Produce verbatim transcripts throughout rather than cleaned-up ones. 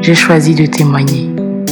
j'ai choisi de témoigner.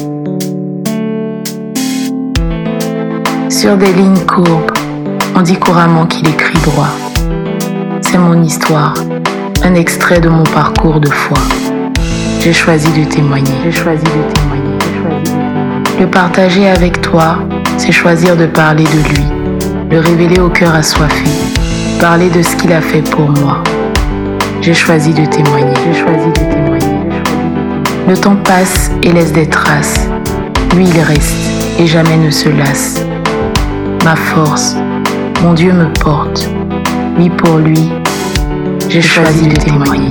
Sur des lignes courbes, on dit couramment qu'il écrit droit. C'est mon histoire, un extrait de mon parcours de foi. J'ai choisi de témoigner. J'ai choisi de témoigner. J'ai choisi de témoigner. Le partager avec toi, c'est choisir de parler de lui, le révéler au cœur assoiffé, parler de ce qu'il a fait pour moi. J'ai choisi de témoigner. J'ai choisi de témoigner. Le temps passe et laisse des traces. Lui, il reste et jamais ne se lasse. Ma force, mon Dieu me porte. Oui, pour lui, j'ai choisi de témoigner.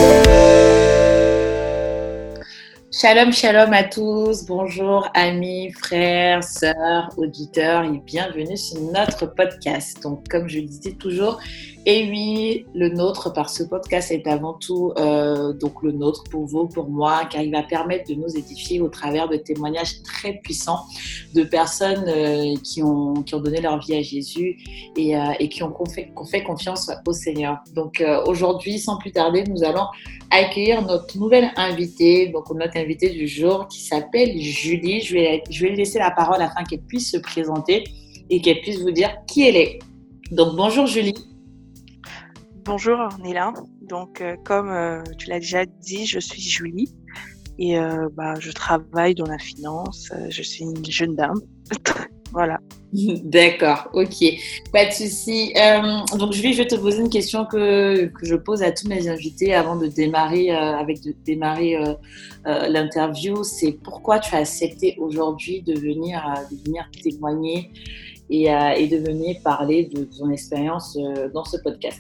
Shalom, shalom à tous. Bonjour amis, frères, sœurs, auditeurs et bienvenue sur notre podcast. Donc, comme je le disais toujours, et oui, le nôtre, par ce podcast est avant tout euh, donc le nôtre pour vous, pour moi, car il va permettre de nous édifier au travers de témoignages très puissants de personnes euh, qui, ont, qui ont donné leur vie à Jésus et, euh, et qui ont fait, qui ont fait confiance au Seigneur. Donc euh, aujourd'hui, sans plus tarder, nous allons accueillir notre nouvelle invitée, donc notre invitée du jour qui s'appelle Julie. Je vais, je vais lui laisser la parole afin qu'elle puisse se présenter et qu'elle puisse vous dire qui elle est. Donc bonjour Julie. Bonjour Ornella, donc euh, comme euh, tu l'as déjà dit, je suis Julie et euh, bah, je travaille dans la finance, euh, je suis une jeune dame, voilà. D'accord, ok, pas de souci. Euh, donc Julie, je vais te poser une question que, que je pose à tous mes invités avant de démarrer, euh, avec de démarrer euh, euh, l'interview, c'est pourquoi tu as accepté aujourd'hui de venir, euh, de venir témoigner et, euh, et de venir parler de ton expérience euh, dans ce podcast.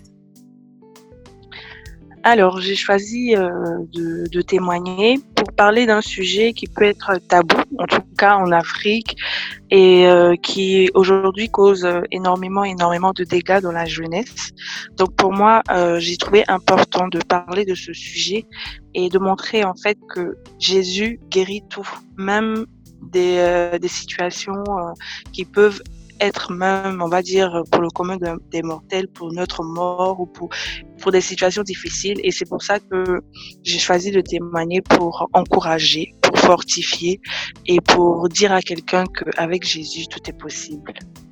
Alors, j'ai choisi euh, de, de témoigner pour parler d'un sujet qui peut être tabou, en tout cas en Afrique, et euh, qui aujourd'hui cause énormément, énormément de dégâts dans la jeunesse. Donc pour moi, euh, j'ai trouvé important de parler de ce sujet et de montrer en fait que Jésus guérit tout, même des, euh, des situations euh, qui peuvent être même, on va dire, pour le commun des mortels, pour notre mort ou pour, pour des situations difficiles. Et c'est pour ça que j'ai choisi de témoigner pour encourager, pour fortifier et pour dire à quelqu'un qu'avec Jésus, tout est possible.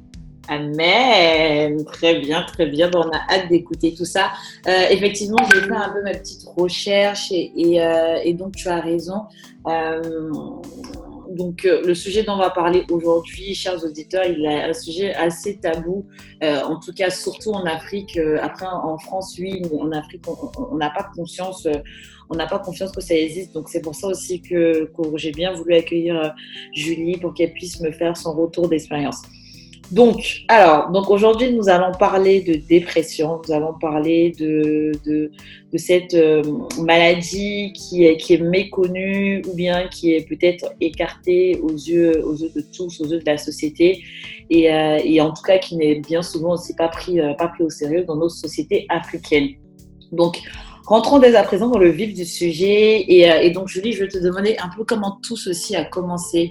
Amen. Très bien, très bien. Bon, on a hâte d'écouter tout ça. Euh, effectivement, j'ai fait un peu ma petite recherche et, et, euh, et donc tu as raison. Euh, Donc, euh, le sujet dont on va parler aujourd'hui, chers auditeurs, il est un sujet assez tabou, euh, en tout cas, surtout en Afrique. Euh, après, en France, oui, mais en Afrique, on n'a pas conscience, euh, on n'a pas confiance que ça existe. Donc, c'est pour ça aussi que, que j'ai bien voulu accueillir euh, Julie pour qu'elle puisse me faire son retour d'expérience. Donc, alors, donc aujourd'hui, nous allons parler de dépression, nous allons parler de, de, de cette euh, maladie qui est, qui est méconnue ou bien qui est peut-être écartée aux yeux, aux yeux de tous, aux yeux de la société et, euh, et en tout cas qui n'est bien souvent aussi pas pris, euh, pas pris au sérieux dans nos sociétés africaines. Donc, rentrons dès à présent dans le vif du sujet et, euh, et donc Julie, je vais te demander un peu comment tout ceci a commencé.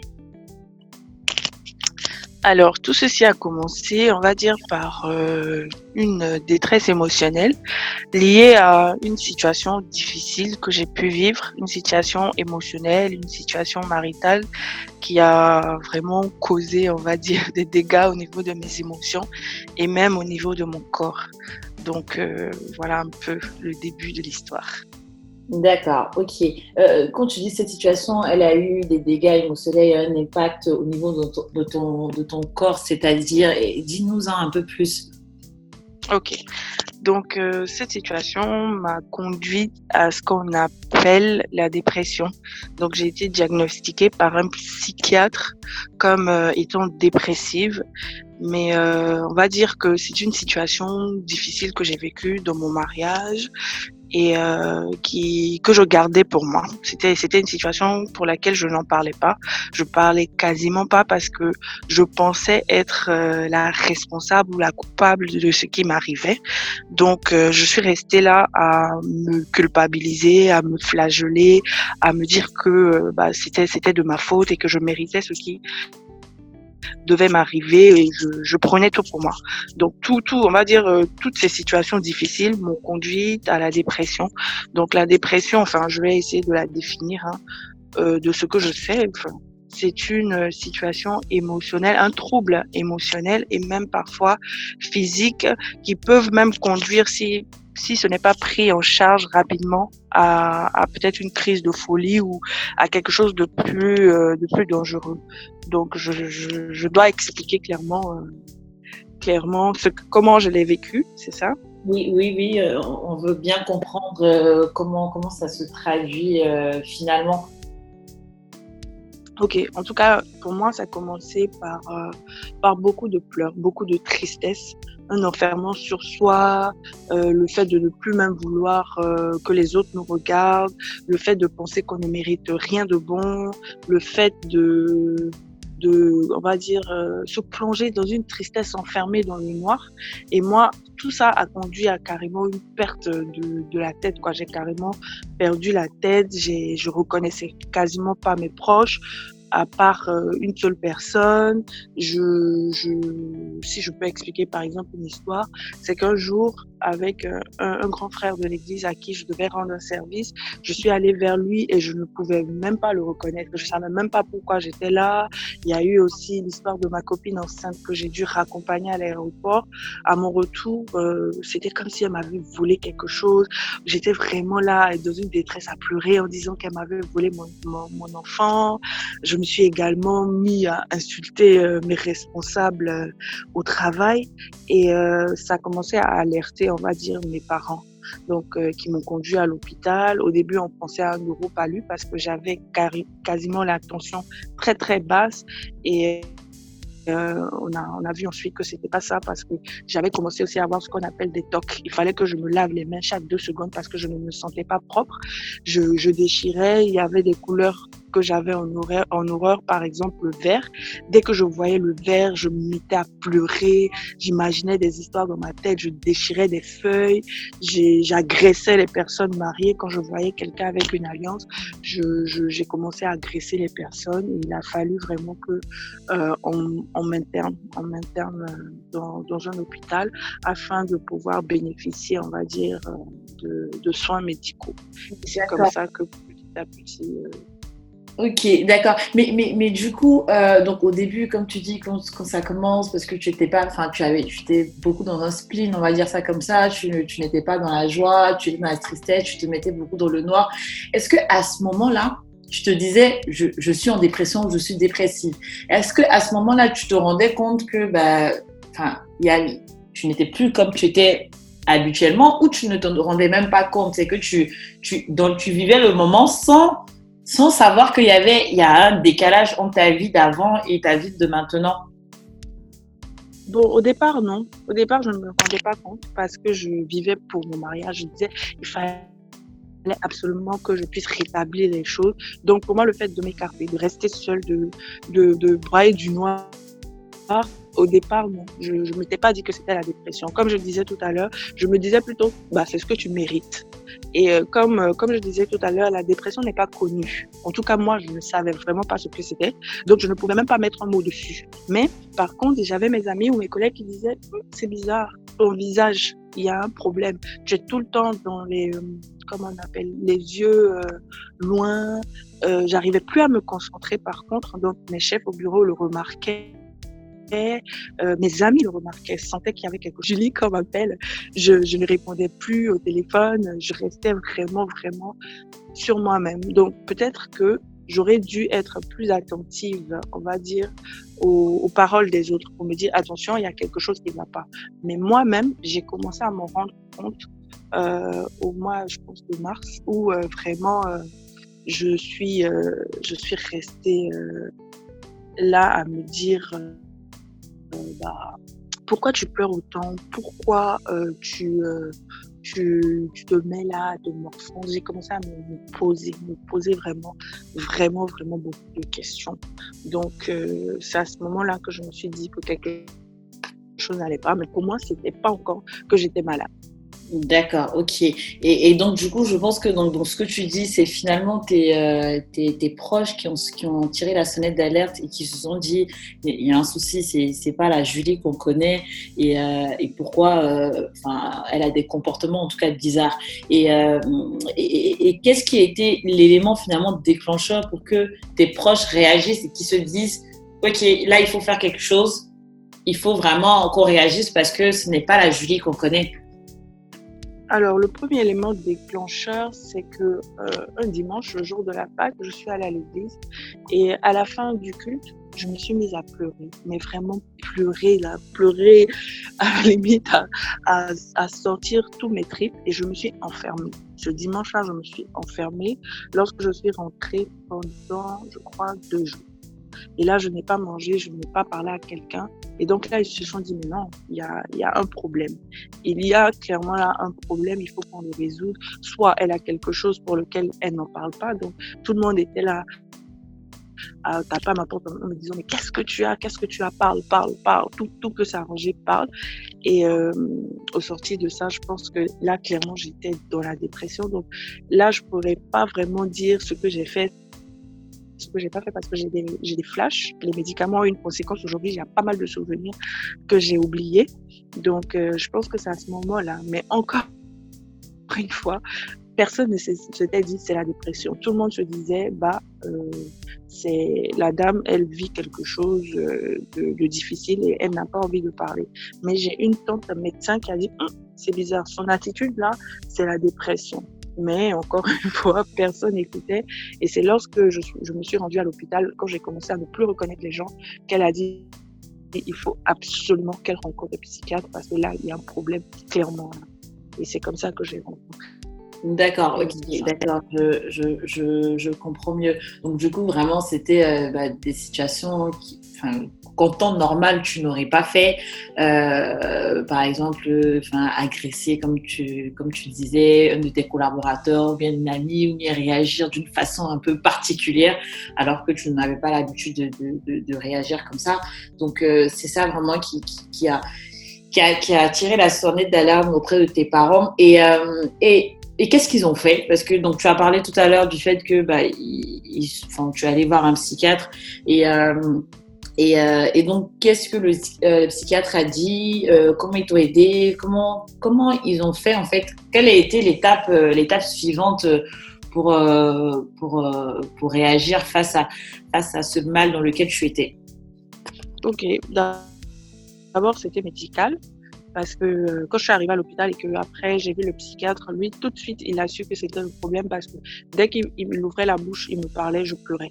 Alors, tout ceci a commencé, on va dire, par euh, une détresse émotionnelle liée à une situation difficile que j'ai pu vivre, une situation émotionnelle, une situation maritale qui a vraiment causé, on va dire, des dégâts au niveau de mes émotions et même au niveau de mon corps. Donc, euh, voilà un peu le début de l'histoire. D'accord, ok. Euh, quand tu dis cette situation, elle a eu des dégâts émotionnels, un impact au niveau de ton, de ton, de ton corps, c'est-à-dire, et dis-nous-en un peu plus. Ok. Donc, euh, cette situation m'a conduite à ce qu'on appelle la dépression. Donc, j'ai été diagnostiquée par un psychiatre comme euh, étant dépressive. Mais euh, on va dire que c'est une situation difficile que j'ai vécue dans mon mariage et euh, qui que je gardais pour moi. C'était c'était une situation pour laquelle je n'en parlais pas. Je parlais quasiment pas parce que je pensais être euh, la responsable ou la coupable de ce qui m'arrivait. Donc euh, je suis restée là à me culpabiliser, à me flageller, à me dire que euh, bah c'était c'était de ma faute et que je méritais ce qui devait m'arriver et je, je prenais tout pour moi. Donc tout, tout, on va dire, euh, toutes ces situations difficiles m'ont conduite à la dépression. Donc la dépression, enfin, je vais essayer de la définir. Hein. euh, de ce que je sais. Enfin, c'est une situation émotionnelle, un trouble émotionnel et même parfois physique qui peuvent même conduire, si, si ce n'est pas pris en charge rapidement, à, à peut-être une crise de folie ou à quelque chose de plus, euh, de plus dangereux. Donc, je, je, je dois expliquer clairement, euh, clairement ce, comment je l'ai vécu, c'est ça? Oui, oui, oui, euh, on veut bien comprendre euh, comment, comment ça se traduit euh, finalement. Ok, en tout cas, pour moi, ça a commencé par, euh, par beaucoup de pleurs, beaucoup de tristesse, un enfermement sur soi, euh, le fait de ne plus même vouloir euh, que les autres nous regardent, le fait de penser qu'on ne mérite rien de bon, le fait de, de on va dire, euh, se plonger dans une tristesse enfermée dans le noir. Et moi, tout ça a conduit à carrément une perte de, de la tête, quoi. J'ai carrément perdu la tête, j'ai, je reconnaissais quasiment pas mes proches, à part euh, une seule personne. Je, je, si je peux expliquer par exemple une histoire, c'est qu'un jour, avec euh, un, un grand frère de l'église à qui je devais rendre un service, je suis allée vers lui et je ne pouvais même pas le reconnaître. Je savais même pas pourquoi j'étais là. Il y a eu aussi l'histoire de ma copine enceinte que j'ai dû raccompagner à l'aéroport. À mon retour, euh, c'était comme si elle m'avait volé quelque chose. J'étais vraiment là, dans une détresse, à pleurer en disant qu'elle m'avait volé mon, mon, mon enfant. Je me suis également mis à insulter euh, mes responsables euh, au travail et euh, ça a commencé à alerter, on va dire, mes parents. Donc, euh, qui m'ont conduit à l'hôpital. Au début, on pensait à un neuropalu parce que j'avais cari- quasiment la tension très, très basse et Euh, on a, on a vu ensuite que c'était pas ça parce que j'avais commencé aussi à avoir ce qu'on appelle des tocs. Il fallait que je me lave les mains chaque deux secondes parce que je ne me sentais pas propre. Je, je déchirais. Il y avait des couleurs que j'avais en horreur, en horreur, par exemple le vert. Dès que je voyais le vert, je me mettais à pleurer. J'imaginais des histoires dans ma tête. Je déchirais des feuilles. J'ai, j'agressais les personnes mariées. Quand je voyais quelqu'un avec une alliance, je, je, j'ai commencé à agresser les personnes. Et il a fallu vraiment que euh, on, on m'interne, on m'interne dans, dans un hôpital afin de pouvoir bénéficier, on va dire, de, de soins médicaux. Et c'est D'accord. comme ça que petit à petit. Euh... Ok, d'accord. Mais, mais, mais du coup, euh, donc au début, comme tu dis, quand, quand ça commence, parce que tu étais pas, enfin, tu avais, tu étais beaucoup dans un spleen, on va dire ça comme ça. Tu, tu n'étais pas dans la joie, tu étais dans la tristesse, tu te mettais beaucoup dans le noir. Est-ce que à ce moment-là, tu te disais, je, je suis en dépression, je suis dépressive. Est-ce que à ce moment-là, tu te rendais compte que, bah, enfin, il y a, tu n'étais plus comme tu étais habituellement, ou tu ne te rendais même pas compte, c'est que tu, tu, donc tu vivais le moment sans sans savoir qu'il y avait, il y a un décalage entre ta vie d'avant et ta vie de maintenant? Bon, au départ, non. Au départ, je ne me rendais pas compte parce que je vivais pour mon mariage. Je disais, il fallait absolument que je puisse rétablir les choses. Donc, pour moi, le fait de m'écarter, de rester seule, de, de, de brailler du noir, au départ, non. Je ne m'étais pas dit que c'était la dépression. Comme je disais tout à l'heure, je me disais plutôt, bah, c'est ce que tu mérites. Et euh, comme, euh, comme je disais tout à l'heure, la dépression n'est pas connue. En tout cas, moi, je ne savais vraiment pas ce que c'était. Donc, je ne pouvais même pas mettre un mot dessus. Mais par contre, j'avais mes amis ou mes collègues qui disaient, c'est bizarre, ton visage, il y a un problème. Tu es tout le temps dans les, euh, comment on appelle, les yeux euh, loin. Euh, j'arrivais plus à me concentrer par contre. Donc, mes chefs au bureau le remarquaient. Euh, mes amis le remarquaient, sentaient qu'il y avait quelque chose. Julie, comme appelle, je, je ne répondais plus au téléphone, je restais vraiment, vraiment sur moi-même. Donc, peut-être que j'aurais dû être plus attentive, on va dire, aux, aux paroles des autres pour me dire, attention, il y a quelque chose qui ne va pas. Mais moi-même, j'ai commencé à m'en rendre compte euh, au mois, je pense, de mars, où euh, vraiment, euh, je suis, euh, je suis restée euh, là à me dire... Euh, Euh, bah, pourquoi tu pleures autant? Pourquoi euh, tu, euh, tu, tu te mets là à te morfondre? J'ai commencé à me, me poser, me poser vraiment, vraiment, vraiment beaucoup de questions. Donc, euh, c'est à ce moment-là que je me suis dit que quelque chose n'allait pas. Mais pour moi, c'était pas encore que j'étais malade. D'accord, ok. Et, et donc, du coup, je pense que donc, donc, ce que tu dis, c'est finalement tes, euh, tes, tes proches qui ont, qui ont tiré la sonnette d'alerte et qui se sont dit, il y a un souci, c'est, c'est pas la Julie qu'on connaît et, euh, et pourquoi euh, enfin, elle a des comportements en tout cas bizarres. Et, euh, et, et, et qu'est-ce qui a été l'élément finalement déclencheur pour que tes proches réagissent et qu'ils se disent, ok, là, il faut faire quelque chose, il faut vraiment qu'on réagisse parce que ce n'est pas la Julie qu'on connaît. Alors, le premier élément déclencheur, c'est que euh, un dimanche, le jour de la Pâque, je suis allée à l'église et à la fin du culte, je me suis mise à pleurer, mais vraiment pleurer, là, pleurer à la limite à, à, à sortir tous mes tripes et je me suis enfermée. Ce dimanche-là, je me suis enfermée lorsque je suis rentrée pendant, je crois, deux jours. Et là, je n'ai pas mangé, je n'ai pas parlé à quelqu'un. Et donc là, ils se sont dit, mais non, il y a, il y a un problème. Il y a clairement là un problème, il faut qu'on le résoudre. Soit elle a quelque chose pour lequel elle n'en parle pas. Donc, tout le monde était là à taper à ma porte en me disant, mais qu'est-ce que tu as, qu'est-ce que tu as, parle, parle, parle. Tout, tout peut s'arranger, parle. Et euh, au sorti de ça, je pense que là, clairement, j'étais dans la dépression. Donc là, je pourrais pas vraiment dire ce que j'ai fait. Ce que j'ai pas fait parce que j'ai des, j'ai des flashs. Les médicaments ont une conséquence. Aujourd'hui, il y a pas mal de souvenirs que j'ai oubliés. Donc, euh, je pense que c'est à ce moment-là. Mais encore une fois, personne ne s'était dit c'est la dépression. Tout le monde se disait, bah, euh, c'est la dame, elle vit quelque chose de, de difficile et elle n'a pas envie de parler. Mais j'ai une tante médecin qui a dit, hm, c'est bizarre, son attitude là, c'est la dépression. Mais encore une fois, personne n'écoutait. Et c'est lorsque je, suis, je me suis rendue à l'hôpital, quand j'ai commencé à ne plus reconnaître les gens, qu'elle a dit il faut absolument qu'elle rencontre un psychiatre parce que là, il y a un problème clairement. Et c'est comme ça que j'ai rencontré. D'accord, ok, d'accord, je, je, je, je comprends mieux. Donc du coup, vraiment, c'était euh, bah, des situations qui, enfin, qu'en temps normal, tu n'aurais pas fait. Euh, par exemple, enfin, agresser, comme tu, comme tu disais, un de tes collaborateurs, ou bien une amie, ou bien réagir d'une façon un peu particulière, alors que tu n'avais pas l'habitude de, de, de, de réagir comme ça. Donc euh, c'est ça vraiment qui, qui, qui a... Qui a, qui a tiré la sonnette d'alarme auprès de tes parents. Et, euh, et, et qu'est-ce qu'ils ont fait? Parce que donc, tu as parlé tout à l'heure du fait que bah, ils, ils, enfin, tu es allé voir un psychiatre. Et, euh, et, euh, et donc, qu'est-ce que le, euh, le psychiatre a dit? euh, Comment ils t'ont aidé? Comment, comment ils ont fait en fait? Quelle a été l'étape, euh, l'étape suivante pour, euh, pour, euh, pour réagir face à, face à ce mal dans lequel tu étais? Ok, d'abord, c'était médical parce que euh, quand je suis arrivée à l'hôpital et que après j'ai vu le psychiatre, lui, tout de suite, il a su que c'était le problème parce que dès qu'il il ouvrait la bouche, il me parlait, je pleurais.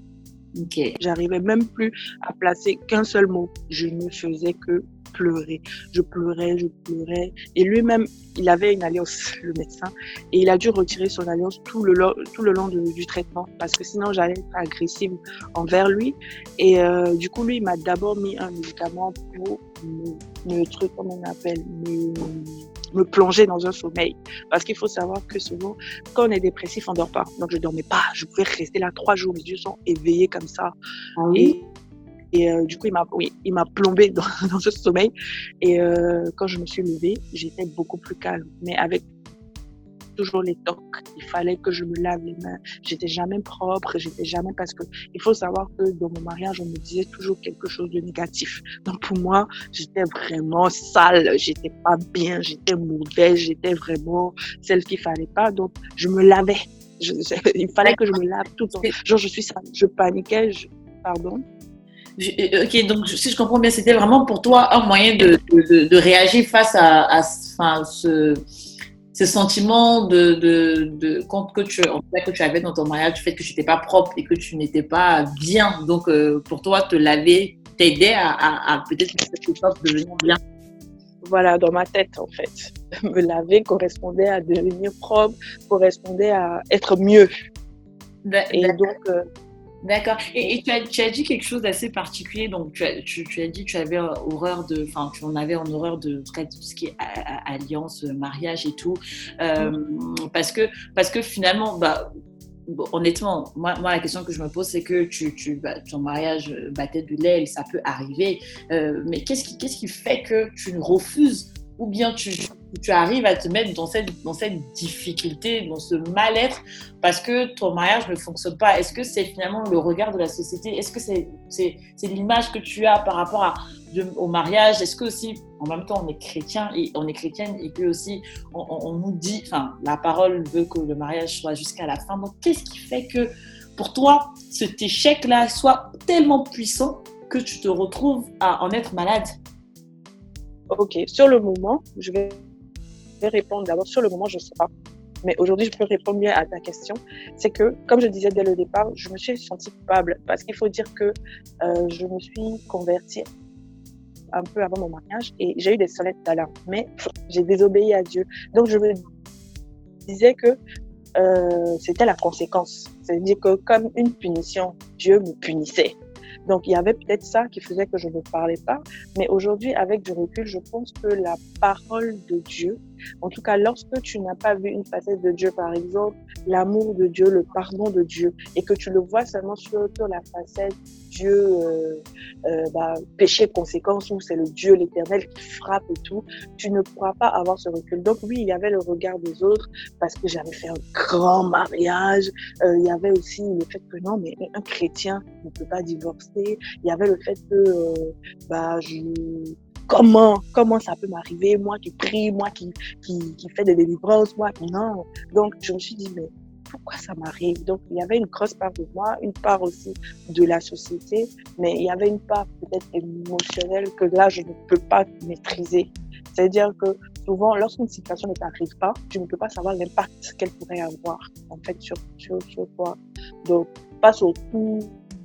Okay. J'arrivais même plus à placer qu'un seul mot. Je ne faisais que pleurer. Je pleurais, je pleurais. Et lui-même, il avait une alliance, le médecin, et il a dû retirer son alliance tout le long, tout le long de, du traitement parce que sinon j'allais être agressive envers lui. Et euh, du coup, lui, il m'a d'abord mis un médicament pour me, me truc, comment on appelle, me, me plonger dans un sommeil. Parce qu'il faut savoir que souvent, quand on est dépressif, on ne dort pas. Donc, je ne dormais pas. Je pouvais rester là trois jours. Mes yeux sont éveillés comme ça. Ah oui? Et, et euh, du coup, il m'a, oui, il m'a plombé dans, dans ce sommeil. Et euh, quand je me suis levée, j'étais beaucoup plus calme. Mais avec toujours les tocs. Il fallait que je me lave les mains. J'étais jamais propre, j'étais jamais parce que il faut savoir que dans mon mariage, on me disait toujours quelque chose de négatif. Donc pour moi, j'étais vraiment sale, j'étais pas bien, j'étais mauvaise, j'étais vraiment celle qu'il fallait pas. Donc je me lavais. Je, je, il fallait que je me lave tout le temps. Genre je suis sale, je paniquais, je, pardon. Je, ok, donc si je comprends bien, c'était vraiment pour toi un moyen de, de, de réagir face à, à, à ce ce sentiment de, de, de compte que tu, en fait, que tu avais dans ton mariage, du fait que tu n'étais pas propre et que tu n'étais pas bien. Donc, euh, pour toi, te laver t'aidait à, à, à peut-être quelque chose devenir bien. Voilà, dans ma tête, en fait. Me laver correspondait à devenir propre, correspondait à être mieux. D'accord. Et donc... Euh, D'accord. Et, et tu, as, tu as dit quelque chose d'assez particulier. Donc, tu as, tu, tu as dit que tu avais horreur de, enfin, tu en avais en horreur de, de tout ce qui est a, a, alliance, mariage et tout, euh, mmh. parce que, parce que finalement, bah, bon, honnêtement, moi, moi, la question que je me pose, c'est que tu, tu, bah, ton mariage battait de l'aile, ça peut arriver, euh, mais qu'est-ce qui, qu'est-ce qui fait que tu refuses ou bien tu où tu arrives à te mettre dans cette, dans cette difficulté, dans ce mal-être, parce que ton mariage ne fonctionne pas? Est-ce que c'est finalement le regard de la société? Est-ce que c'est, c'est, c'est l'image que tu as par rapport à, de, au mariage? Est-ce que aussi, en même temps, on est chrétien et on est chrétienne et que aussi on, on, on nous dit, enfin, la parole veut que le mariage soit jusqu'à la fin. Donc, qu'est-ce qui fait que pour toi, cet échec-là soit tellement puissant que tu te retrouves à en être malade? Ok, sur le moment, je vais répondre d'abord. Sur le moment, je ne sais pas. Mais aujourd'hui, je peux répondre mieux à ta question. C'est que, comme je disais dès le départ, je me suis sentie coupable parce qu'il faut dire que euh, je me suis convertie un peu avant mon mariage et j'ai eu des sonnettes d'alarme. Mais j'ai désobéi à Dieu. Donc, je me disais que euh, c'était la conséquence. C'est-à-dire que comme une punition, Dieu me punissait. Donc, il y avait peut-être ça qui faisait que je ne parlais pas. Mais aujourd'hui, avec du recul, je pense que la parole de Dieu, en tout cas, lorsque tu n'as pas vu une facette de Dieu, par exemple, l'amour de Dieu, le pardon de Dieu, et que tu le vois seulement sur, sur la facette Dieu, euh, euh, bah, péché, conséquence, où c'est le Dieu, l'éternel qui frappe et tout, tu ne pourras pas avoir ce recul. Donc oui, il y avait le regard des autres parce que j'avais fait un grand mariage. Euh, il y avait aussi le fait que non, mais un chrétien ne peut pas divorcer. Il y avait le fait que euh, bah, je... Comment, comment ça peut m'arriver, moi qui prie, moi qui, qui, qui fais des délivrances, moi qui non. Donc, je me suis dit, mais pourquoi ça m'arrive? Donc, il y avait une grosse part de moi, une part aussi de la société, mais il y avait une part peut-être émotionnelle que là, je ne peux pas maîtriser. C'est-à-dire que souvent, lorsqu'une situation ne t'arrive pas, tu ne peux pas savoir l'impact qu'elle pourrait avoir, en fait, sur, sur, sur toi. Donc, pas surtout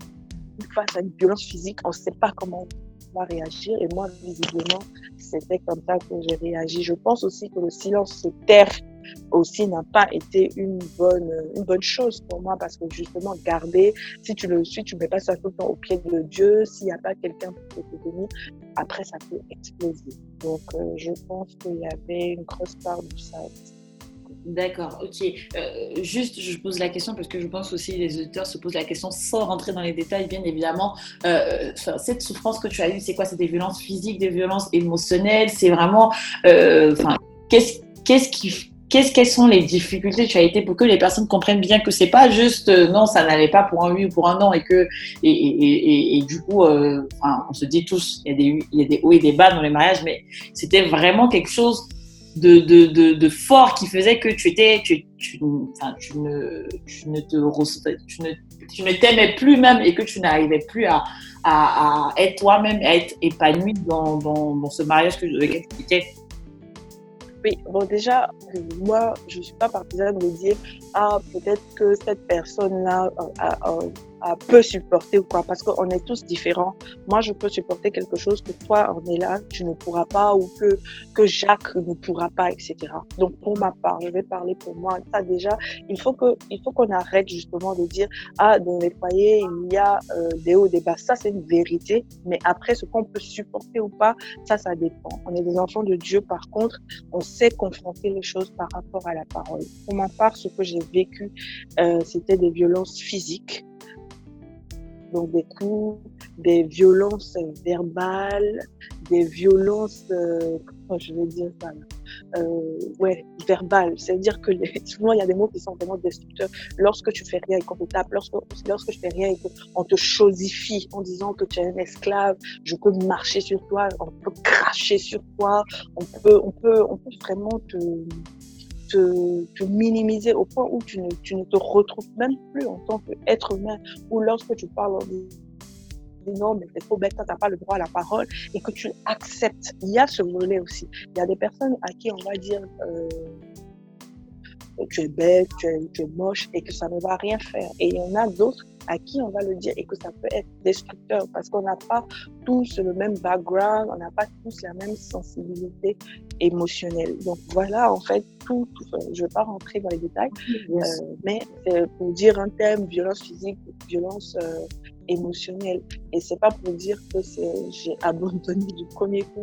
face à une violence physique, on ne sait pas comment va réagir et moi visiblement c'était comme ça que j'ai réagi. Je pense aussi que le silence se taire aussi n'a pas été une bonne une bonne chose pour moi parce que justement garder si tu le suis tu mets pas ça tout le temps au pied de Dieu, s'il n'y a pas quelqu'un pour te soutenir, après ça peut exploser. Donc euh, je pense qu'il y avait une grosse part de ça. D'accord, ok. Euh, juste, je pose la question parce que je pense aussi les auditeurs se posent la question sans rentrer dans les détails, bien évidemment. Euh, cette souffrance que tu as eue, c'est quoi? C'est des violences physiques, des violences émotionnelles? C'est vraiment, euh, enfin, qu'est-ce, qu'est-ce qui, qu'est-ce quelles sont les difficultés que tu as été pour que les personnes comprennent bien que c'est pas juste euh, non, ça n'allait pas pour un oui ou pour un non et que et et et, et du coup, euh, enfin, on se dit tous, il y a des il y a des hauts et des bas dans les mariages, mais c'était vraiment quelque chose De, de, de, de fort qui faisait que tu étais, tu, tu, enfin, tu, ne, tu, ne te, tu, ne, tu ne t'aimais plus même et que tu n'arrivais plus à, à, à être toi-même, à être épanoui dans, dans, dans ce mariage que, avec lequel tu étais. Oui, bon déjà, moi, je ne suis pas partisane de dire « Ah, peut-être que cette personne-là a, a, a, peut supporter ou quoi », parce qu'on est tous différents. Moi, je peux supporter quelque chose que toi, on est là, tu ne pourras pas, ou que, que Jacques ne pourra pas, et cetera. Donc, pour ma part, je vais parler pour moi. Ça, déjà, il faut que, il faut qu'on arrête justement de dire « Ah, dans les foyers, il y a euh, des hauts, des bas ». Ça, c'est une vérité. Mais après, ce qu'on peut supporter ou pas, ça, ça dépend. On est des enfants de Dieu, par contre, on sait confronter les choses par rapport à la parole. Pour ma part, ce que j'ai vécu, euh, c'était des violences physiques. Donc des coups, des violences verbales, des violences, euh, comment je vais dire ça là, euh, ouais, verbales. C'est-à-dire que les, souvent il y a des mots qui sont vraiment destructeurs. Lorsque tu fais rien et qu'on te tape, lorsque, lorsque je fais rien et qu'on te chosifie en disant que tu es un esclave, je peux marcher sur toi, on peut cracher sur toi, on peut, on peut, on peut vraiment te Te, te minimiser au point où tu ne, tu ne te retrouves même plus en tant qu'être humain, ou lorsque tu parles en disant non, mais c'est trop bête, tu n'as pas le droit à la parole, et que tu acceptes. Il y a ce volet aussi. Il y a des personnes à qui on va dire euh, tu es bête, tu es, tu es moche, et que ça ne va rien faire. Et il y en a d'autres à qui on va le dire et que ça peut être destructeur parce qu'on n'a pas tous le même background, on n'a pas tous la même sensibilité émotionnelle. Donc voilà, en fait, tout, tout je ne vais pas rentrer dans les détails, yes. euh, mais c'est pour dire un thème, violence physique, violence euh, émotionnelle. Et c'est pas pour dire que c'est, j'ai abandonné du premier coup.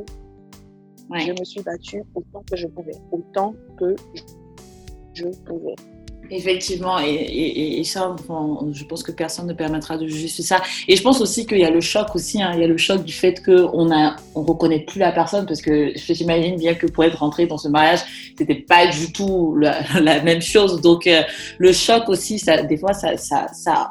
Ouais. Je me suis battue autant que je pouvais, autant que je, je pouvais. Effectivement, et, et, et ça, enfin, je pense que personne ne permettra de juger ça. Et je pense aussi qu'il y a le choc aussi, hein, il y a le choc du fait qu'on a, on reconnaît plus la personne, parce que j'imagine bien que pour être rentré dans ce mariage, c'était pas du tout la, la même chose. Donc euh, le choc aussi, ça, des fois, ça, ça, ça,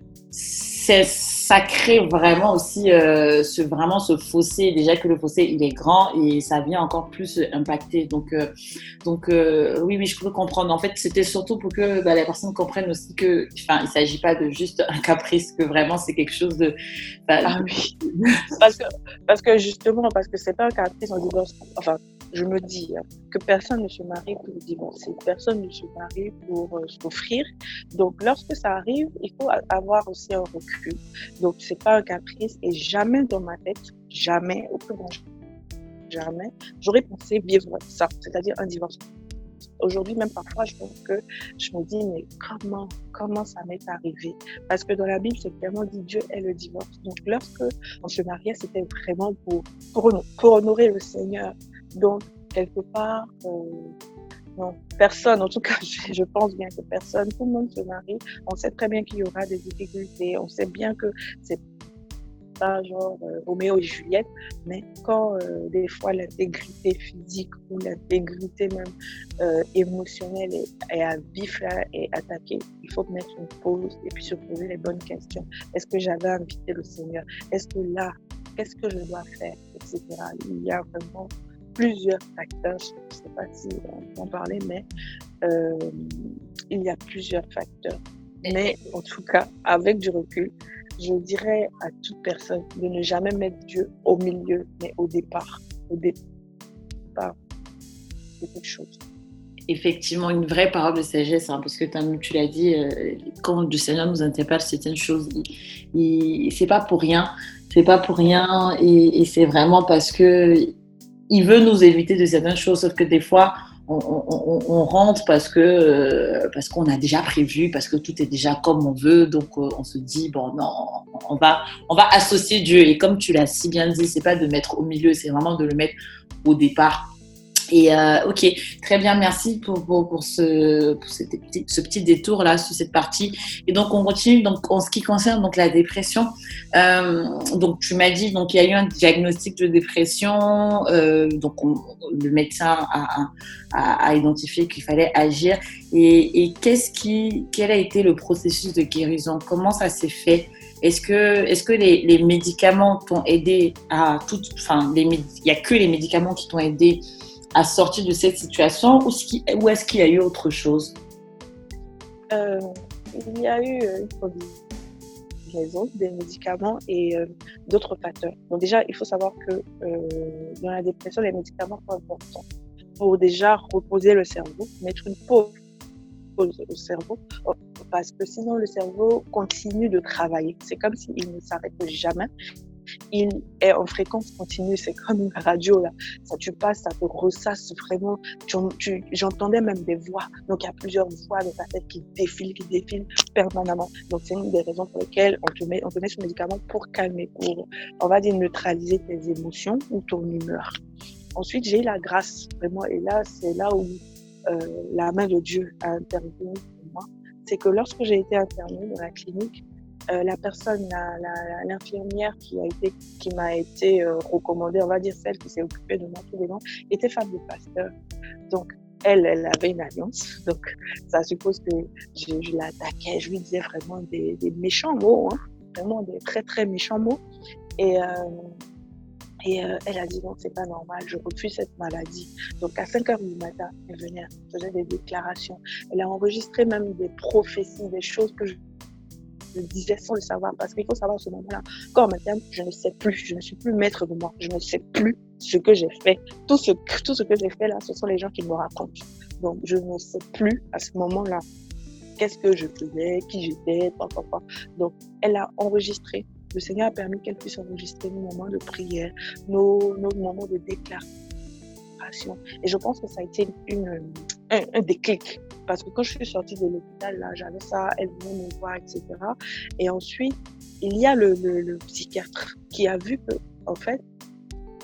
c'est, ça crée vraiment aussi euh, ce, vraiment ce fossé. Déjà que le fossé, il est grand et ça vient encore plus impacter. Donc, euh, donc euh, oui, oui, je peux comprendre. En fait, c'était surtout pour que bah, la personne comprenne aussi que, enfin, il s'agit pas de juste un caprice, que vraiment c'est quelque chose de. Bah, Ah oui, parce que, parce que justement, parce que c'est pas un caprice, on divorce. Enfin, je me dis hein, que personne ne se marie pour divorcer, personne ne se marie pour euh, souffrir. Donc, lorsque ça arrive, il faut avoir aussi un recul. Donc, c'est pas un caprice et jamais dans ma tête, jamais, au plus grand jamais, j'aurais pensé vivre ça, c'est-à-dire un divorce. Aujourd'hui, même parfois, je pense que je me dis, mais comment, comment ça m'est arrivé? Parce que dans la Bible, c'est clairement dit, Dieu est le divorce. Donc, lorsque on se mariait, c'était vraiment pour, pour, pour honorer le Seigneur. Donc, quelque part, euh, non, personne, en tout cas, je, je pense bien que personne, tout le monde se marie. On sait très bien qu'il y aura des difficultés. On sait bien que c'est pas genre euh, Roméo et Juliette, mais quand euh, des fois l'intégrité physique ou l'intégrité même euh, émotionnelle est, est à vif là, est attaquée, il faut mettre une pause et puis se poser les bonnes questions. Est-ce que j'avais invité le Seigneur? Est-ce que là, qu'est-ce que je dois faire, et cetera. Il y a vraiment plusieurs facteurs, je ne sais pas si on peut en parler, mais euh, il y a plusieurs facteurs. Mais en tout cas, avec du recul, je dirais à toute personne de ne jamais mettre Dieu au milieu, mais au départ. Au départ, c'est quelque chose. Effectivement, une vraie parole de sagesse, hein, parce que tu l'as dit, euh, quand le Seigneur nous interpelle certaines choses, il, il, c'est pas pour rien, c'est pas pour rien, et, et c'est vraiment parce que il veut nous éviter de certaines choses, sauf que des fois, on, on, on rentre parce que euh, parce qu'on a déjà prévu, parce que tout est déjà comme on veut, donc euh, on se dit bon non, on va on va associer Dieu, et comme tu l'as si bien dit, c'est pas de mettre au milieu, c'est vraiment de le mettre au départ. Et euh, ok, très bien, merci pour, pour, pour, ce, pour ce, petit, ce petit détour là sur cette partie. Et donc on continue. Donc en ce qui concerne donc la dépression, euh, donc tu m'as dit donc il y a eu un diagnostic de dépression, euh, donc on, le médecin a, a, a identifié qu'il fallait agir. Et, et qu'est-ce qui, quel a été le processus de guérison? Comment ça s'est fait? Est-ce que, est-ce que les, les médicaments t'ont aidé à tout, enfin il y a que les médicaments qui t'ont aidé à sortir de cette situation, ou est-ce qu'il y a eu autre chose? euh, Il y a eu une combinaison des médicaments et euh, d'autres facteurs. Donc déjà, il faut savoir que euh, dans la dépression, les médicaments sont importants pour déjà reposer le cerveau, mettre une pause au cerveau, parce que sinon le cerveau continue de travailler. C'est comme s'il ne s'arrête jamais. Il est en fréquence continue, c'est comme une radio là. Ça, tu passes, ça te ressasse vraiment. Tu, tu, j'entendais même des voix. Donc il y a plusieurs voix dans ta tête qui défilent, qui défilent permanemment. Donc c'est une des raisons pour lesquelles on te met, on te met ce médicament pour calmer, pour, on va dire, neutraliser tes émotions ou ton humeur. Ensuite, j'ai eu la grâce vraiment, et là c'est là où euh, la main de Dieu a intervenu pour moi. C'est que lorsque j'ai été internée dans la clinique, Euh, la personne, la, la, l'infirmière qui a été, qui m'a été euh, recommandée, on va dire celle qui s'est occupée de moi tous les ans, était femme de pasteur. Donc, elle, elle avait une alliance. Donc, ça suppose que je, je l'attaquais, je lui disais vraiment des, des méchants mots, hein, vraiment des très, très méchants mots. Et, euh, et euh, elle a dit non, c'est pas normal, je refuse cette maladie. Donc, à cinq heures du matin, elle venait, elle faisait des déclarations. Elle a enregistré même des prophéties, des choses que je je disais sans le savoir, parce qu'il faut savoir à ce moment-là, quand maintenant je ne sais plus, je ne suis plus maître de moi, je ne sais plus ce que j'ai fait. Tout ce, tout ce que j'ai fait là, ce sont les gens qui me racontent. Donc je ne sais plus à ce moment-là qu'est-ce que je faisais, qui j'étais, quoi, quoi, quoi. Donc elle a enregistré. Le Seigneur a permis qu'elle puisse enregistrer nos moments de prière, nos, nos moments de déclaration. Et je pense que ça a été une, un, un déclic. Parce que quand je suis sortie de l'hôpital, là, j'avais ça, elle venait me voir, et cetera. Et ensuite, il y a le, le, le psychiatre qui a vu que, en fait,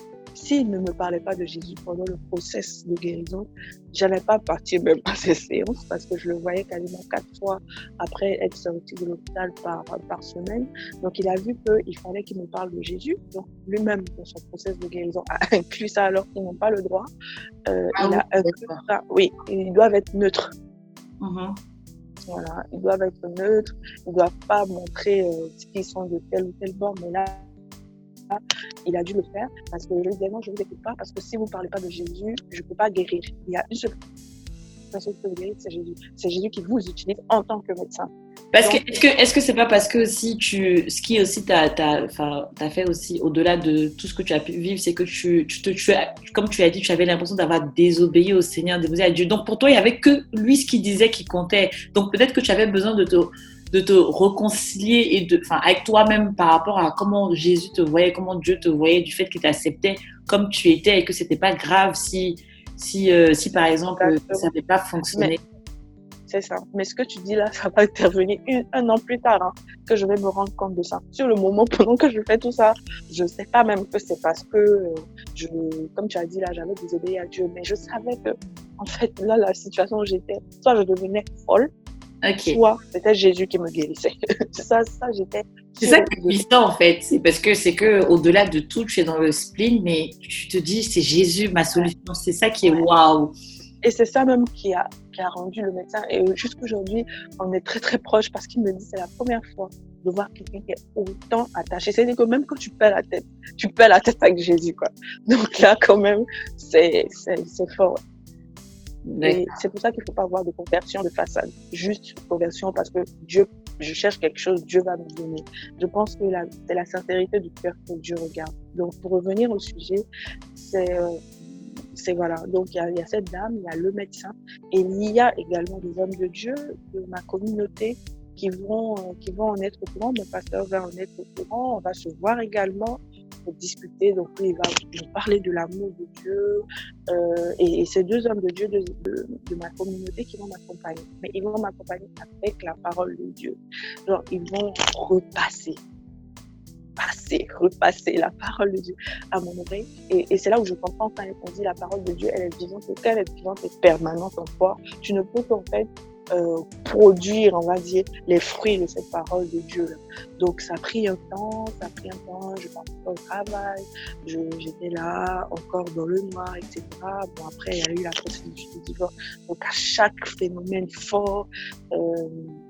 s'il ne me parlait pas de Jésus pendant le process de guérison, j'allais pas partir même à ces séances parce que je le voyais quasiment quatre fois après être sorti de l'hôpital par, par semaine. Donc, il a vu qu'il fallait qu'il me parle de Jésus. Donc, lui-même, dans son process de guérison, a inclus ça alors qu'ils n'ont pas le droit. Euh, Ah il oui, a inclus ça. Oui, ils doivent être neutres. Mhm. Voilà, ils doivent être neutres. Ils ne doivent pas montrer euh, qu'ils sont de tel ou tel bord. Mais là, il a dû le faire parce que je lui disais non, je ne vous écoute pas parce que si vous ne parlez pas de Jésus, je ne peux pas guérir. Il y a une seule personne qui peut guérir, c'est Jésus. C'est Jésus qui vous utilise en tant que médecin. Parce que, est-ce que, est-ce que c'est pas parce que si tu, ce qui aussi t'a, t'a, enfin, t'a fait aussi au-delà de tout ce que tu as pu vivre, c'est que tu, tu te, tu as, comme tu as dit, tu avais l'impression d'avoir désobéi au Seigneur, désobéi à Dieu. Donc pour toi, il y avait que lui ce qui disait qui comptait. Donc peut-être que tu avais besoin de te, de te réconcilier et de, enfin, avec toi-même par rapport à comment Jésus te voyait, comment Dieu te voyait, du fait qu'il t'acceptait comme tu étais et que c'était pas grave si, si, euh, si par exemple Exactement. ça n'avait pas fonctionné. Mais... C'est ça. Mais ce que tu dis là, ça va intervenir une, un an plus tard, hein, que je vais me rendre compte de ça. Sur le moment, pendant que je fais tout ça, je ne sais pas même que c'est parce que, euh, je, comme tu as dit là, j'avais désobéi à Dieu. Mais je savais que, en fait, là, la situation où j'étais, soit je devenais folle, Okay. soit c'était Jésus qui me guérissait. ça, ça, j'étais... C'est ça qui est puissant, en fait. C'est parce que c'est que au-delà de tout, tu es dans le spleen, mais tu te dis, c'est Jésus, ma solution. Ouais. C'est ça qui est waouh. Et c'est ça même qui a, qui a rendu le médecin. Et jusqu'aujourd'hui, on est très, très proches parce qu'il me dit c'est la première fois de voir quelqu'un qui est autant attaché. C'est-à-dire que même quand tu perds la tête, tu perds la tête avec Jésus, quoi. Donc là, quand même, c'est, c'est, c'est fort. Et c'est pour ça qu'il ne faut pas avoir de conversion de façade. Juste conversion parce que Dieu, je cherche quelque chose, Dieu va me donner. Je pense que la, c'est la sincérité du cœur que Dieu regarde. Donc, pour revenir au sujet, c'est... Euh, C'est voilà, donc il y, a, il y a cette dame, il y a le médecin, et il y a également des hommes de Dieu de ma communauté qui vont, euh, qui vont en être au courant. Mon pasteur va en être au courant. On va se voir également pour discuter. Donc lui, il va nous parler de l'amour de Dieu. Euh, et, et ces deux hommes de Dieu de, de, de ma communauté qui vont m'accompagner. Mais ils vont m'accompagner avec la parole de Dieu. Genre, ils vont repasser. passer, repasser la parole de Dieu à mon oreille. Et, et c'est là où je comprends quand on dit la parole de Dieu, elle est vivante. Et quand elle est vivante et permanente en toi, tu ne peux qu'en fait euh, produire, on va dire, les fruits de cette parole de Dieu. Donc ça a pris un temps, ça a pris un temps, je partais au travail, je, j'étais là encore dans le noir, et cetera. Bon, après, il y a eu la procédure du divorce. Donc à chaque phénomène fort, euh,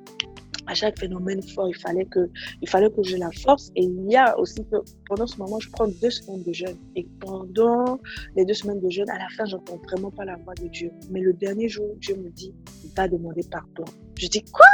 à chaque phénomène fort, il fallait que, il fallait que j'ai la force. Et il y a aussi que, pendant ce moment, je prends deux semaines de jeûne. Et pendant les deux semaines de jeûne, à la fin, j'entends vraiment pas la voix de Dieu. Mais le dernier jour, Dieu me dit, va demander pardon. Je dis, quoi?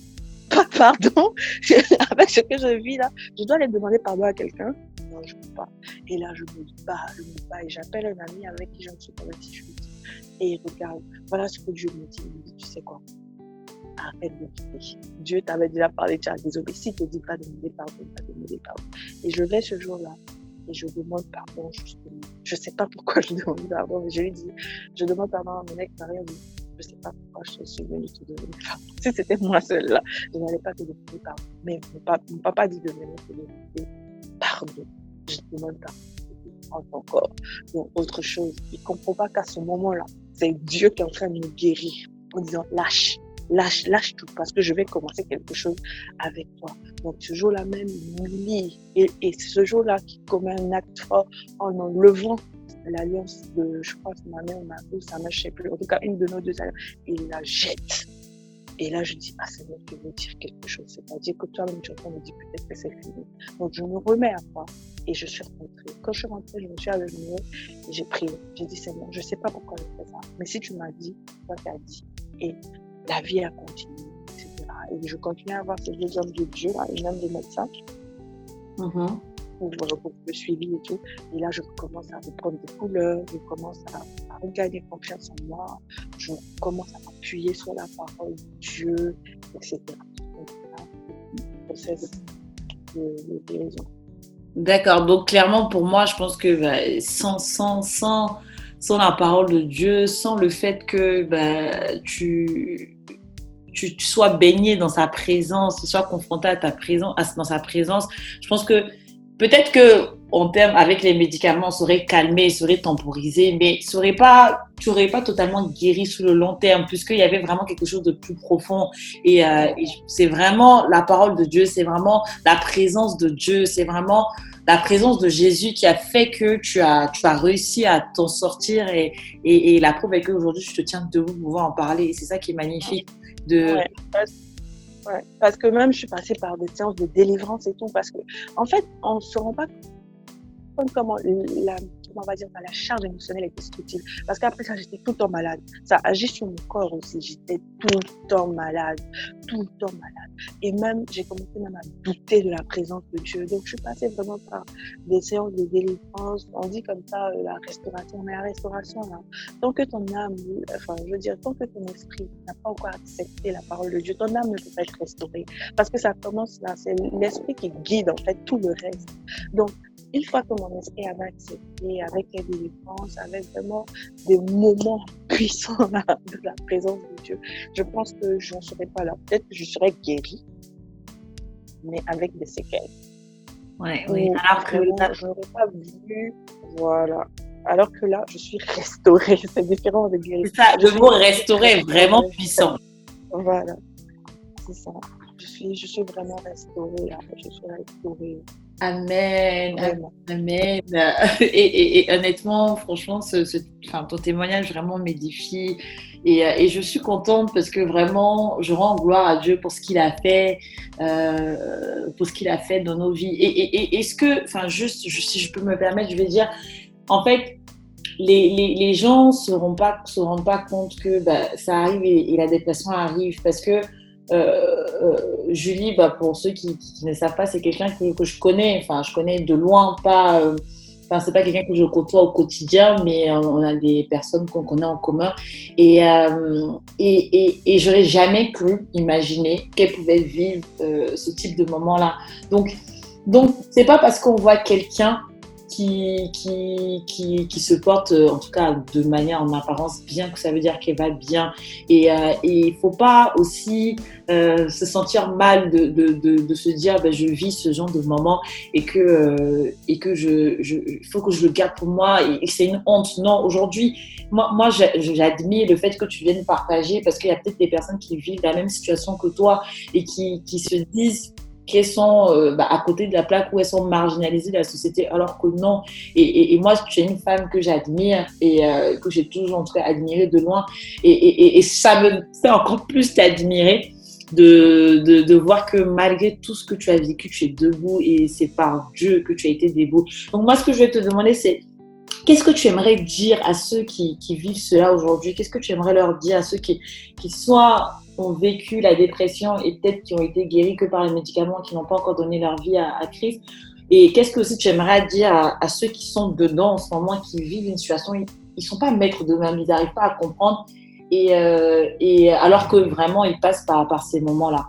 Pas pardon? Avec ce que je vis là, je dois aller demander pardon à quelqu'un? Non, je ne peux pas. Et là, je me bats, je me bats. Et j'appelle un ami avec qui je me suis convertie. Je lui dis, et il regarde, voilà ce que Dieu me dit. Il me dit, tu sais quoi? Arrête de quitter. Dieu t'avait déjà parlé, tu as désobéi. Si tu ne dis pas de demander pardon, pas de demander pardon. Et je vais ce jour-là et je demande pardon justement. Je ne sais pas pourquoi je demande pardon, mais je lui dis, je demande pardon à mon ex-mari. Je ne sais pas pourquoi je suis venue te demander pardon. Si c'était moi seule là, je n'allais pas te demander pardon. Mais mon papa, mon papa dit de venir te demander pardon. Je demande pardon encore. Donc, autre chose. Il ne comprend pas qu'à ce moment-là, c'est Dieu qui est en train de me guérir en disant lâche. Lâche, lâche tout parce que je vais commencer quelque chose avec toi. Donc ce jour-là même, il m'humilie et, et ce jour-là qui commet un acte fort en enlevant l'alliance de, je crois, ma mère ou ma ou sa mère, je sais plus, en tout cas une de nos deux alliances, il la jette. Et là je dis, ah Seigneur, tu veux dire quelque chose, c'est-à-dire que toi-même tu entends me dire peut-être que c'est fini. Donc je me remets à toi et je suis rentrée. Quand je suis rentrée, je me suis agenouillée et j'ai prié. J'ai dit, Seigneur, je sais pas pourquoi je fais ça, mais si tu m'as dit, toi tu as dit. Et la vie a continué, et cetera. Et je continue à avoir ces deux hommes de Dieu, là, et même des médecins, mm-hmm. pour, pour le suivi et tout. Et là, je commence à reprendre des couleurs, je commence à, à regagner confiance en moi, je commence à m'appuyer sur la parole de Dieu, et cetera. Donc, là, process de, de guérison. D'accord. Donc, clairement, pour moi, je pense que bah, sans, sans, sans, sans la parole de Dieu, sans le fait que bah, tu... Tu, tu sois baigné dans sa présence, tu sois confronté à ta présence, à, dans sa présence. Je pense que peut-être que en termes, avec les médicaments, serait calmé, serait temporisé, mais serait pas, tu n'aurais pas totalement guéri sur le long terme, puisqu'il y avait vraiment quelque chose de plus profond. Et, euh, et c'est vraiment la parole de Dieu, c'est vraiment la présence de Dieu, c'est vraiment la présence de Jésus qui a fait que tu as, tu as réussi à t'en sortir. Et, et, et la preuve est qu'aujourd'hui, je te tiens debout pour pouvoir en parler. Et c'est ça qui est magnifique. De... Ouais, parce, ouais, parce que même, je suis passée par des séances de délivrance et tout, parce que, en fait, on ne se rend pas compte comment la, comment on va dire, la charge émotionnelle est destructive. Parce qu'après ça, j'étais tout le temps malade. Ça agit sur mon corps aussi. J'étais tout le temps malade. Tout le temps malade. Et même, j'ai commencé même à douter de la présence de Dieu. Donc, je suis passée vraiment par des séances de délivrance. On dit comme ça, euh, la restauration. Mais la restauration, là, tant que ton âme, enfin, je veux dire, tant que ton esprit n'a pas encore accepté la parole de Dieu, ton âme ne peut pas être restaurée. Parce que ça commence là. C'est l'esprit qui guide, en fait, tout le reste. Donc, une fois que mon esprit avait accepté, avec les délivrances, avec vraiment des moments puissants là, de la présence de Dieu, je pense que je n'en serais pas là. Peut-être que je serais guérie, mais avec des séquelles. Ouais, oui. Alors que là, je n'aurais pas vu, voilà. Alors que là, je suis restaurée. C'est différent de guérir. C'est ça, le mot restaurer est vraiment puissant. Voilà, c'est ça. Je suis, je suis vraiment restaurée là. Je suis restaurée. Amen, Vraiment. Amen. Et, et, et honnêtement, franchement, ce, ce, enfin, ton témoignage vraiment m'édifie. Et, et je suis contente parce que vraiment, je rends gloire à Dieu pour ce qu'il a fait, euh, pour ce qu'il a fait dans nos vies. Et, et, et est-ce que, enfin, juste, je, si je peux me permettre, je vais dire, en fait, les, les, les gens ne se rendent pas, se rendent pas compte que bah, ça arrive et, et la dépression arrive parce que Euh, euh, Julie, bah, pour ceux qui, qui, qui ne savent pas, c'est quelqu'un que, que je connais, enfin je connais de loin, pas, euh, enfin c'est pas quelqu'un que je côtoie au quotidien, mais euh, on a des personnes qu'on connaît en commun et euh, et, et, et j'aurais jamais cru imaginer qu'elle pouvait vivre euh, ce type de moment-là. Donc donc c'est pas parce qu'on voit quelqu'un Qui, qui, qui, qui se porte, en tout cas de manière en apparence bien, que ça veut dire qu'elle va bien. Et euh, il ne faut pas aussi euh, se sentir mal de, de, de, de se dire ben, je vis ce genre de moment et que, euh, et que je, je, faut que je le garde pour moi et, et c'est une honte. Non, aujourd'hui, moi, moi j'admire le fait que tu viennes partager parce qu'il y a peut-être des personnes qui vivent la même situation que toi et qui, qui se disent qu'elles sont euh, bah, à côté de la plaque où elles sont marginalisées de la société, alors que non. Et, et, et moi, tu es une femme que j'admire et euh, que j'ai toujours en tout cas admirée de loin. Et, et, et ça me fait encore plus t'admirer de, de, de voir que malgré tout ce que tu as vécu, tu es debout et c'est par Dieu que tu as été debout. Donc moi, ce que je vais te demander, c'est qu'est-ce que tu aimerais dire à ceux qui, qui vivent cela aujourd'hui? Qu'est-ce que tu aimerais leur dire à ceux qui, qui soit ont vécu la dépression et peut-être qui ont été guéris que par les médicaments, qui n'ont pas encore donné leur vie à, à Christ? Et qu'est-ce que aussi tu aimerais dire à, à ceux qui sont dedans en ce moment, qui vivent une situation, ils ne sont pas maîtres d'eux-mêmes, ils n'arrivent pas à comprendre, et, euh, et alors que vraiment ils passent par, par ces moments-là?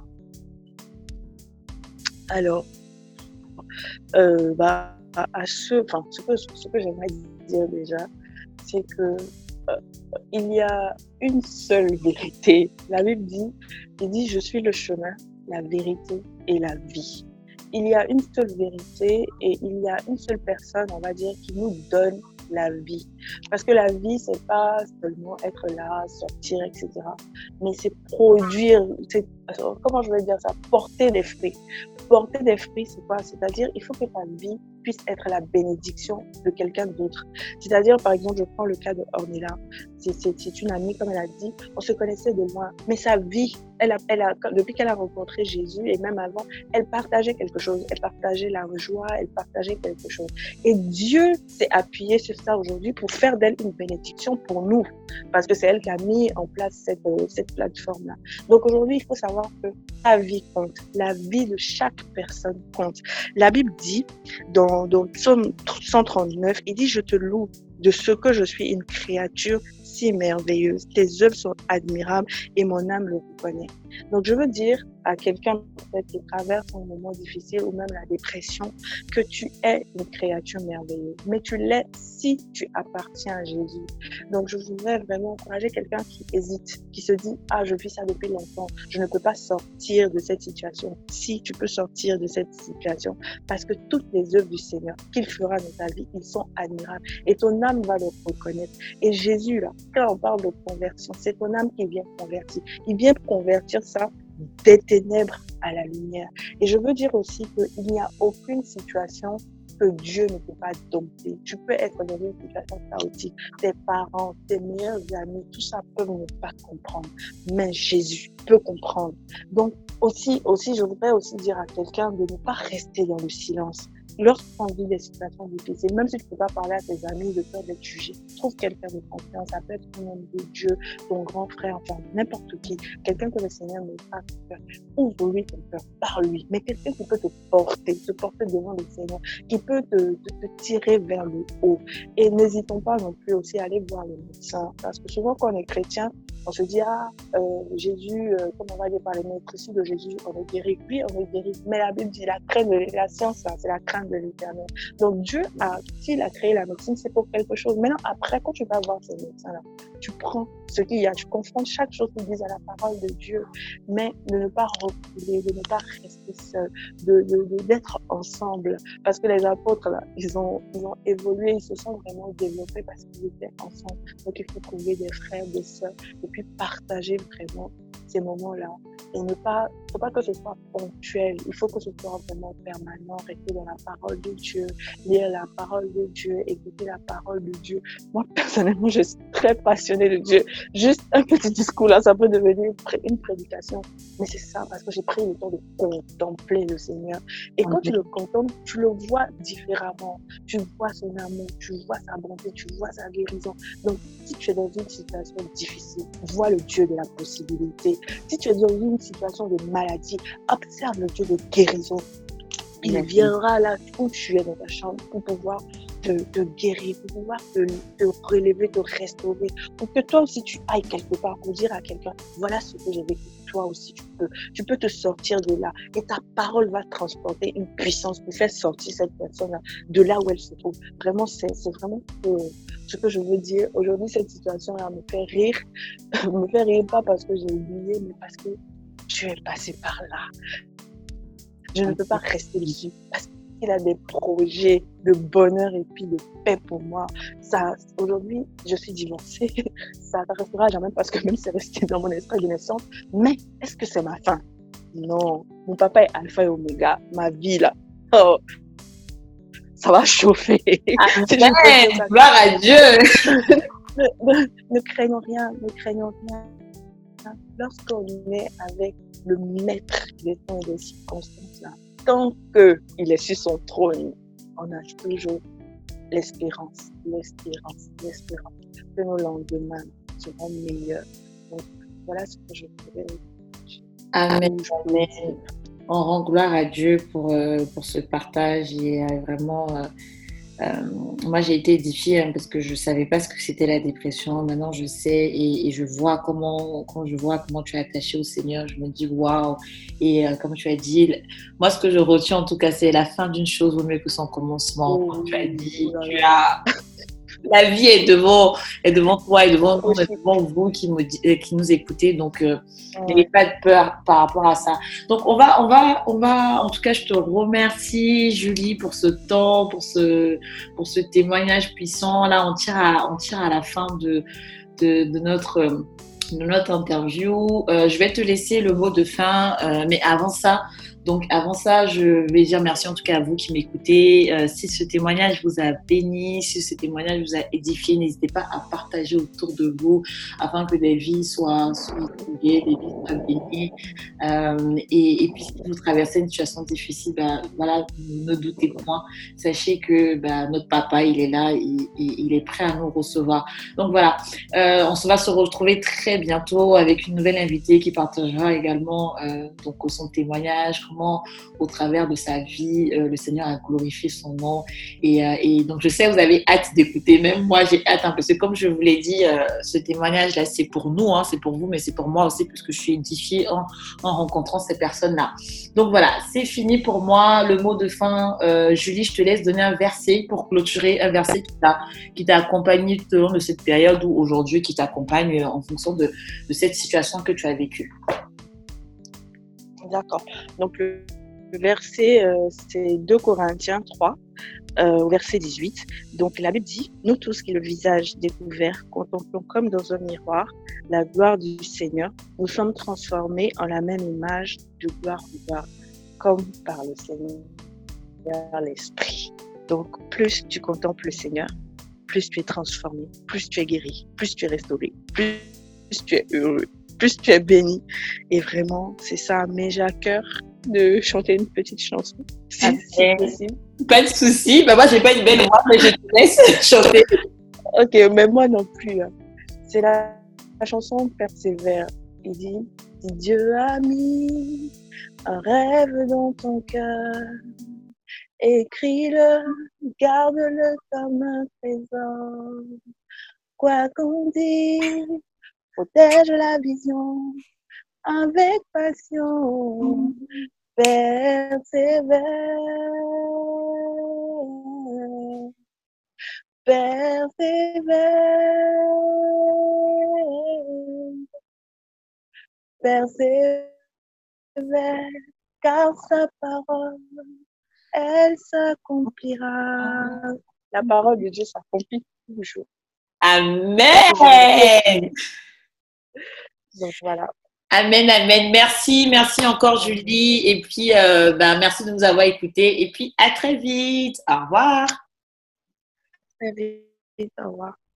Alors, euh, bah, à, à ceux, enfin, ce que, ce que j'aimerais dire déjà, c'est que euh, il y a une seule vérité. La Bible dit, il dit, je suis le chemin, la vérité et la vie. Il y a une seule vérité et il y a une seule personne, on va dire, qui nous donne la vie. Parce que la vie, c'est pas seulement être là, sortir, et cetera. Mais c'est produire, c'est, comment je vais dire ça, porter des fruits. Porter des fruits, c'est quoi? C'est-à-dire, il faut que ta vie puisse être la bénédiction de quelqu'un d'autre. C'est-à-dire, par exemple, je prends le cas de Ornella. C'est, c'est, c'est une amie, comme elle a dit, on se connaissait de loin. Mais sa vie, elle a, elle a, depuis qu'elle a rencontré Jésus, et même avant, elle partageait quelque chose. Elle partageait la joie, elle partageait quelque chose. Et Dieu s'est appuyé sur ça aujourd'hui pour faire d'elle une bénédiction pour nous. Parce que c'est elle qui a mis en place cette, cette plateforme-là. Donc aujourd'hui, il faut savoir que ta vie compte. La vie de chaque personne compte. La Bible dit, dans, dans Psaume cent trente-neuf, il dit, je te loue de ce que je suis une créature si merveilleuse. Tes œuvres sont admirables et mon âme le reconnaît. Donc je veux dire à quelqu'un peut-être qui traverse un moment difficile ou même la dépression que tu es une créature merveilleuse. Mais tu l'es si tu appartiens à Jésus. Donc, je voudrais vraiment encourager quelqu'un qui hésite, qui se dit « Ah, je vis ça depuis longtemps, je ne peux pas sortir de cette situation. » Si tu peux sortir de cette situation, parce que toutes les œuvres du Seigneur qu'il fera dans ta vie, ils sont admirables. Et ton âme va le reconnaître. Et Jésus, là, quand on parle de conversion, c'est ton âme qui vient convertir. Il vient convertir ça des ténèbres à la lumière. Et je veux dire aussi qu'il n'y a aucune situation que Dieu ne peut pas dompter. Tu peux être dans une situation chaotique. Tes parents, tes meilleurs amis, tout ça peuvent ne pas comprendre. Mais Jésus peut comprendre. Donc, aussi, aussi, je voudrais aussi dire à quelqu'un de ne pas rester dans le silence. Lorsqu'on vit des situations difficiles, même si tu ne peux pas parler à tes amis de peur d'être jugé, trouve quelqu'un de confiance, ça peut être ton homme de Dieu, ton grand frère, enfin n'importe qui, quelqu'un que le Seigneur ne pas faire. Ouvre-lui ton cœur, parle-lui, mais quelqu'un qui peut te porter, te porter devant le Seigneur, qui peut te, te, te tirer vers le haut. Et n'hésitons pas non plus aussi à aller voir le médecin, parce que souvent quand on est chrétien, on se dit, ah, euh, Jésus, euh, comme on va dire par les mots précis de Jésus, on est guéri. Oui, on est guéri. Mais la Bible dit, la crainte de la science, là, c'est la crainte de l'éternel. Donc Dieu a, s'il a créé la médecine, c'est pour quelque chose. Maintenant, après, quand tu vas voir ces médecins-là, tu prends ce qu'il y a, tu confrontes chaque chose qu'ils disent à la parole de Dieu, mais de ne pas reculer, de ne pas rester seul, de, de, de, d'être ensemble. Parce que les apôtres, là, ils ont, ils ont évolué, ils se sont vraiment développés parce qu'ils étaient ensemble. Donc, il faut trouver des frères, des sœurs, et puis partager vraiment ces moments-là. Et ne pas, il ne faut pas que ce soit ponctuel, il faut que ce soit vraiment permanent, rester dans la parole de Dieu, lire la parole de Dieu, écouter la parole de Dieu. Moi, personnellement, je suis très passionnée de Dieu. Juste un petit discours là, ça peut devenir une prédication. Mais c'est ça, parce que j'ai pris le temps de contempler le Seigneur. Et quand tu le contemples, tu le vois différemment. Tu vois son amour, tu vois sa bonté, tu vois sa guérison. Donc, si tu es dans une situation difficile, vois le Dieu de la possibilité. Si tu es dans une situation de maladie, observe le Dieu de guérison. Il Merci. Viendra là où tu es dans ta chambre pour pouvoir te, te guérir, pour pouvoir te, te relever, te restaurer, pour que toi aussi tu ailles quelque part pour dire à quelqu'un, voilà ce que j'ai vécu. Toi aussi, tu peux, tu peux te sortir de là. Et ta parole va transporter une puissance pour faire sortir cette personne-là de là où elle se trouve. Vraiment, c'est, c'est vraiment que, ce que je veux dire. Aujourd'hui, cette situation-là me fait rire. me fait rire pas parce que j'ai oublié, mais parce que Dieu est passé par là. Je ne peux pas rester dessus parce qu'il a des projets de bonheur et puis de paix pour moi. Ça, aujourd'hui, je suis divorcée. Ça ne restera jamais parce que même c'est resté dans mon esprit de naissance. Mais est-ce que c'est ma fin? Non. Mon papa est alpha et oméga. Ma vie, là. Oh. Ça va chauffer. Ah, si gloire à Dieu. ne, ne, ne craignons rien. Ne craignons rien. Lorsqu'on est avec le maître des temps et des circonstances là, tant qu'il est sur son trône, on a toujours l'espérance, l'espérance, l'espérance que nos lendemains seront meilleurs. Donc, voilà ce que je voulais dire. Amen. Amen. On rend gloire à Dieu pour, euh, pour ce partage et euh, vraiment... Euh, Euh, moi, j'ai été édifiée hein, parce que je savais pas ce que c'était la dépression. Maintenant, je sais et, et je vois comment, quand je vois comment tu es attaché au Seigneur, je me dis waouh. Et euh, comme tu as dit, moi, ce que je retiens en tout cas, c'est la fin d'une chose vaut mieux que son commencement. Comme tu as dit, tu as la vie est devant, est devant toi et devant nous, et devant vous qui, me, qui nous écoutez. Donc, euh, n'ayez pas de peur par rapport à ça. Donc, on va, on va, on va. En tout cas, je te remercie, Julie, pour ce temps, pour ce, pour ce témoignage puissant. Là, on tire à, on tire à la fin de, de, de notre, de notre interview. Euh, je vais te laisser le mot de fin, euh, mais avant ça. Donc, avant ça, je vais dire merci en tout cas à vous qui m'écoutez. Euh, si ce témoignage vous a béni, si ce témoignage vous a édifié, n'hésitez pas à partager autour de vous afin que des vies soient sauvées, des vies soient bénies. Euh, et, et puis, si vous traversez une situation difficile, ben, voilà, ne doutez point. Sachez que ben, notre papa, il est là, il, il est prêt à nous recevoir. Donc, voilà, euh, on se va se retrouver très très bientôt avec une nouvelle invitée qui partagera également euh, donc son témoignage, comment au travers de sa vie euh, le Seigneur a glorifié son nom. Et, euh, et donc je sais que vous avez hâte d'écouter, même moi j'ai hâte un peu, parce que comme je vous l'ai dit, euh, ce témoignage-là c'est pour nous, hein, c'est pour vous, mais c'est pour moi aussi parce que je suis édifiée en, en rencontrant ces personnes-là. Donc voilà, c'est fini pour moi. Le mot de fin, euh, Julie, je te laisse donner un verset pour clôturer, un verset qui t'a, qui t'a accompagné tout au long de cette période ou aujourd'hui qui t'accompagne en fonction de, de cette situation que tu as vécue. D'accord. Donc le, le verset, euh, c'est deux Corinthiens trois, euh, au verset dix-huit. Donc la Bible dit, nous tous qui le visage découvert contemplons comme dans un miroir la gloire du Seigneur, nous sommes transformés en la même image de gloire en gloire, comme par le Seigneur l'Esprit. Donc plus tu contemples le Seigneur, plus tu es transformé, plus tu es guéri, plus tu es restauré, plus tu es heureux, plus tu es béni. Et vraiment, c'est ça, mais j'ai à cœur de chanter une petite chanson, si Ah, c'est possible. Pas de souci. Bah, moi, j'ai pas une belle voix, mais je te laisse chanter. Ok, mais moi non plus. Hein. C'est la, la chanson Persévère. Il dit, si Dieu a mis un rêve dans ton cœur, écris-le, garde-le comme un trésor. Quoi qu'on dise, protège la vision avec passion. Persévère, persévère, persévère, car sa parole, elle s'accomplira. La parole de Dieu s'accomplit toujours. Amen. Donc voilà. Amen, amen. Merci, merci encore Julie. Et puis, euh, ben, merci de nous avoir écoutés. Et puis, à très vite. Au revoir. Très vite, au revoir.